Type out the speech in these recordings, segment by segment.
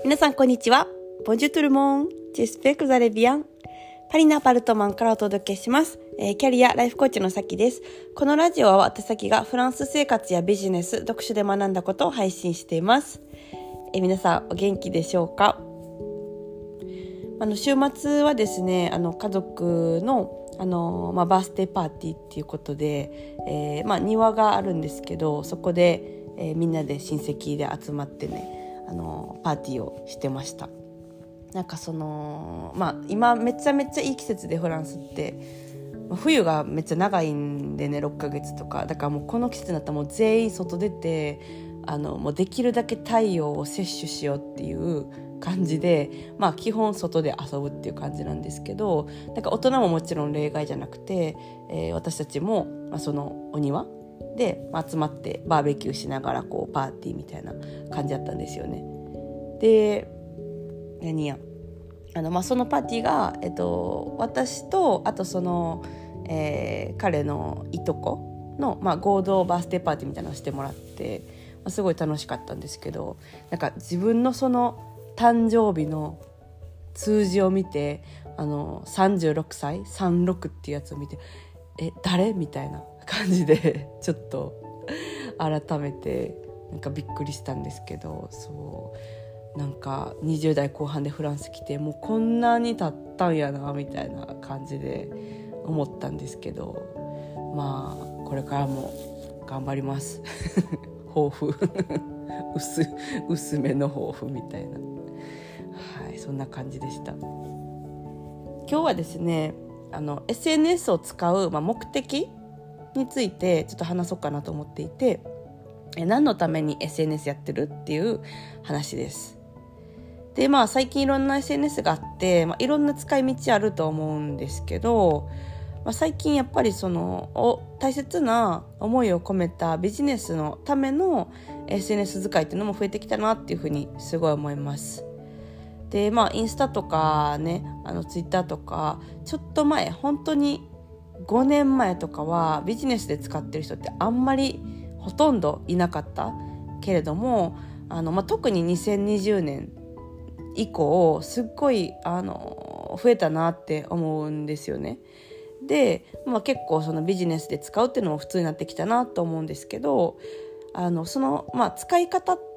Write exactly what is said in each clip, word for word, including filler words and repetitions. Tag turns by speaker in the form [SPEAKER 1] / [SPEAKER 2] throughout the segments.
[SPEAKER 1] 皆さんこんにちは。Bonjour tout le monde. J'espère que vous allez bien. パリのアパルトマンからお届けします。えー、キャリアライフコーチのさきです。このラジオは私さきがフランス生活やビジネス、読書で学んだことを配信しています。えー、皆さんお元気でしょうか？あの週末はですね、あの家族のあの、まあ、バースデーパーティーっていうことで、えーまあ、庭があるんですけど、そこで、えー、みんなで親戚で集まってね、あのパーティーをしてました。なんかその、まあ、今めちゃめちゃいい季節でフランスって冬がめっちゃ長いんでね、ろっかげつとかだからもうこの季節になったらもう全員外出てあのもうできるだけ太陽を摂取しようっていう感じで、まあ基本外で遊ぶっていう感じなんですけど、なんか大人ももちろん例外じゃなくて、えー、私たちも、まあ、そのお庭で、まあ、集まってバーベキューしながらこうパーティーみたいな感じだったんですよね。で何やあの、まあ、そのパーティーが、えっと、私とあとその、えー、彼のいとこの、まあ、合同バースデーパーティーみたいなのをしてもらって、まあ、すごい楽しかったんですけど、なんか自分のその誕生日の数字を見てあのさんじゅうろくさいさんじゅうろくっていうやつを見てえ誰みたいな感じでちょっと改めてなんかびっくりしたんですけど、そうなんかにじゅう代後半でフランス来てもうこんなに経ったんやなみたいな感じで思ったんですけど、まあこれからも頑張ります抱負薄, 薄めの抱負みたいな、はい、そんな感じでした。今日はですね、あの エスエヌエス を使う、まあ、目的についてちょっと話そうかなと思っていて、え何のために エスエヌエス やってるっていう話です。でまあ最近いろんな エスエヌエス があって、まあ、いろんな使い道あると思うんですけど、まあ、最近やっぱりそのお大切な思いを込めたビジネスのための エスエヌエス 使いっていうのも増えてきたなっていうふうにすごい思います。でまあインスタとかね、あのツイッターとかちょっと前本当にごねんまえとかはビジネスで使ってる人ってあんまりほとんどいなかったけれども、あの、まあ、特ににせんにじゅうねん以降すっごいあの増えたなって思うんですよね。で、まあ、結構そのビジネスで使うっていうのも普通になってきたなと思うんですけど、あのその、まあ、使い方って、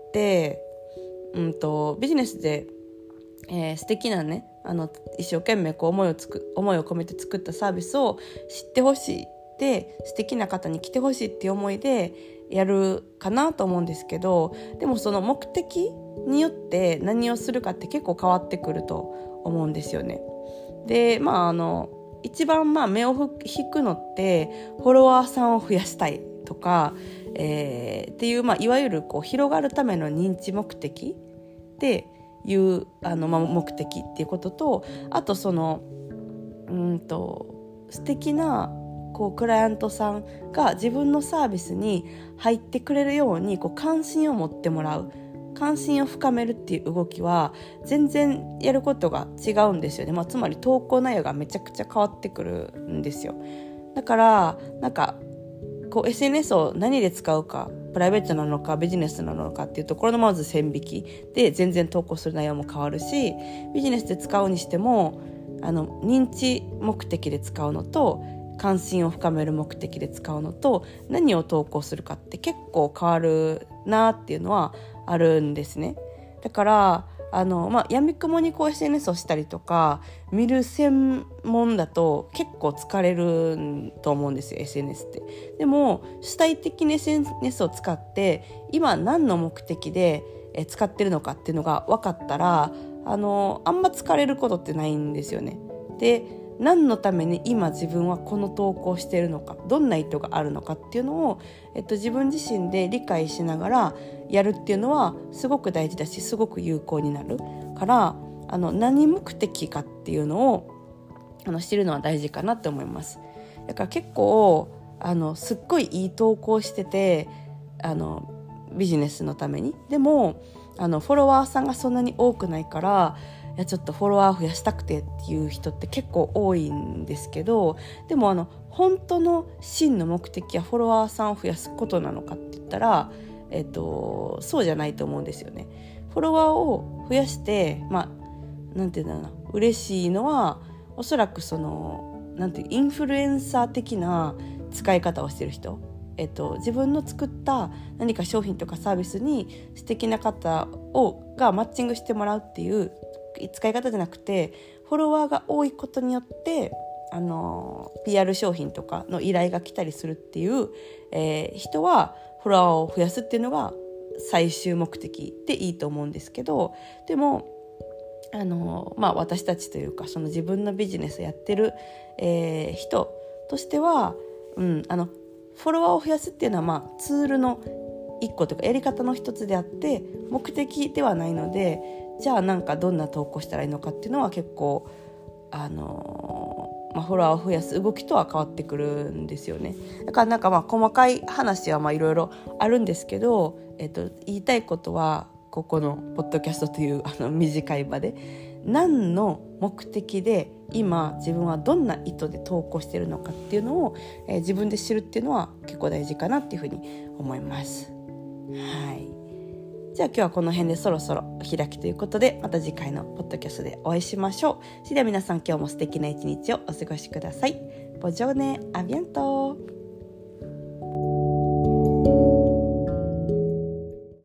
[SPEAKER 1] うんと、ビジネスで、えー、素敵なね、あの一生懸命こう思いをつく思いを込めて作ったサービスを知ってほしいで素敵な方に来てほしいっていう思いでやるかなと思うんですけど、でもその目的によって何をするかって結構変わってくると思うんですよね。でまああの一番まあ目を引くのってフォロワーさんを増やしたいとか、えー、っていう、まあ、いわゆるこう広がるための認知目的っていうあの、まあ、目的っていうことと、あとそのうんと素敵なこうクライアントさんが自分のサービスに入ってくれるようにこう関心を持ってもらう、関心を深めるっていう動きは全然やることが違うんですよね。まあ、つまり投稿内容がめちゃくちゃ変わってくるんですよ。だからなんかこう エスエヌエス を何で使うか、プライベートなのかビジネスなのかっていうところのまず線引きで全然投稿する内容も変わるし、ビジネスで使うにしてもあの認知目的で使うのと関心を深める目的で使うのと何を投稿するかって結構変わるなっていうのはあるんですね。だからあの、まあ、闇雲にこう エスエヌエス をしたりとか見る専門だと結構疲れると思うんですよ エスエヌエス って。でも主体的に エスエヌエス を使って今何の目的で使ってるのかっていうのが分かったらあのあんま疲れることってないんですよね。で何のために今自分はこの投稿しているのか、どんな意図があるのかっていうのを、えっと、自分自身で理解しながらやるっていうのはすごく大事だしすごく有効になるから、あの何目的かっていうのをあの知るのは大事かなって思います。だから結構あのすっごいいい投稿しててあのビジネスのためにでもあのフォロワーさんがそんなに多くないからいやちょっとフォロワー増やしたくてっていう人って結構多いんですけど、でもあの本当の真の目的はフォロワーさんを増やすことなのかって言ったら、えっと、そうじゃないと思うんですよね。 フォロワーを増やしてまあなんていうんだろうな嬉しいのはおそらくそのなんていうインフルエンサー的な使い方をしてる人、えっと、自分の作った何か商品とかサービスに素敵な方をがマッチングしてもらうっていう使い方じゃなくて、フォロワーが多いことによってあの ピーアール 商品とかの依頼が来たりするっていう、えー、人はフォロワーを増やすっていうのが最終目的でいいと思うんですけど、でもあの、まあ、私たちというかその自分のビジネスやってる、えー、人としては、うん、あのフォロワーを増やすっていうのは、まあ、ツールの一個というかやり方の一つであって目的ではないので、じゃあなんかどんな投稿したらいいのかっていうのは結構あのまあ、フォロワーを増やす動きとは変わってくるんですよね。だからなんかまあ細かい話はいろいろあるんですけど、えっと、言いたいことはここのポッドキャストというあの短い場で何の目的で今自分はどんな意図で投稿しているのかっていうのを、えー、自分で知るっていうのは結構大事かなっていうふうに思います。はい、じゃあ今日はこの辺でそろそろお開きということで、また次回のポッドキャストでお会いしましょう。それでは皆さん今日も素敵な一日をお過ごしください。ボジョーネ、アビアント。